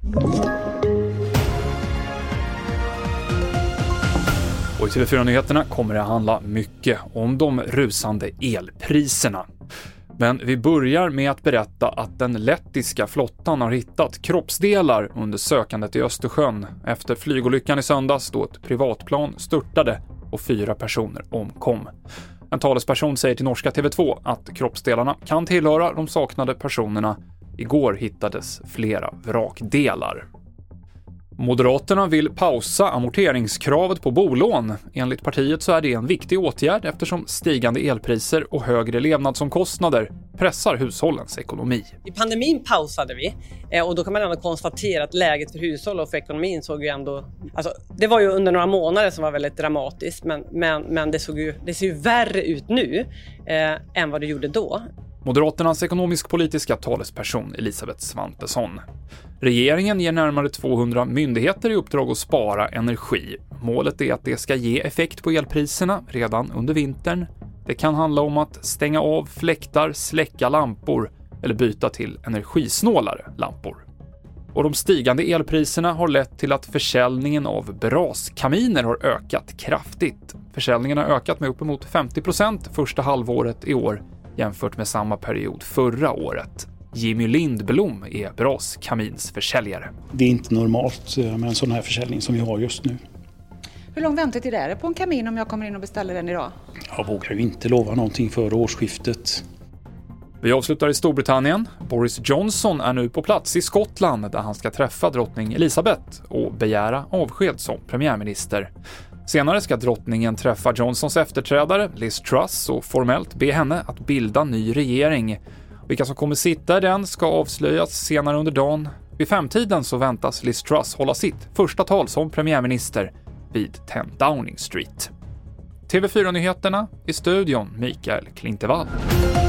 Och i TV4-nyheterna kommer det handla mycket om de rusande elpriserna. Men vi börjar med att berätta att den lettiska flottan har hittat kroppsdelar under sökandet i Östersjön efter flygolyckan i söndags då ett privatplan störtade och 4 personer omkom. En talesperson säger till norska TV2 att kroppsdelarna kan tillhöra de saknade personerna. Igår hittades flera vrakdelar. Moderaterna vill pausa amorteringskravet på bolån. Enligt partiet så är det en viktig åtgärd eftersom stigande elpriser och högre levnadsomkostnader pressar hushållens ekonomi. I pandemin pausade vi och då kan man ändå konstatera att läget för hushåll och för ekonomin såg ju ändå... Alltså, det var ju under några månader som var väldigt dramatiskt men det ser ju värre ut nu än vad det gjorde då. Moderaternas ekonomisk-politiska talesperson Elisabeth Svantesson. Regeringen ger närmare 200 myndigheter i uppdrag att spara energi. Målet är att det ska ge effekt på elpriserna redan under vintern. Det kan handla om att stänga av fläktar, släcka lampor eller byta till energisnålare lampor. Och de stigande elpriserna har lett till att försäljningen av braskaminer har ökat kraftigt. Försäljningen har ökat med uppemot 50% första halvåret i år jämfört med samma period förra året. Jimmy Lindblom är braskaminsförsäljare. Det är inte normalt med en sån här försäljning som vi har just nu. Hur lång väntetid är det på en kamin om jag kommer in och beställer den idag? Jag vågar ju inte lova någonting före årsskiftet. Vi avslutar i Storbritannien. Boris Johnson är nu på plats i Skottland där han ska träffa drottning Elizabeth och begära avsked som premiärminister. Senare ska drottningen träffa Johnsons efterträdare Liz Truss och formellt be henne att bilda ny regering. Vilka som kommer sitta i den ska avslöjas senare under dagen. Vid 5-tiden så väntas Liz Truss hålla sitt första tal som premiärminister vid 10 Downing Street. TV4-nyheterna i studion Mikael Klintevall.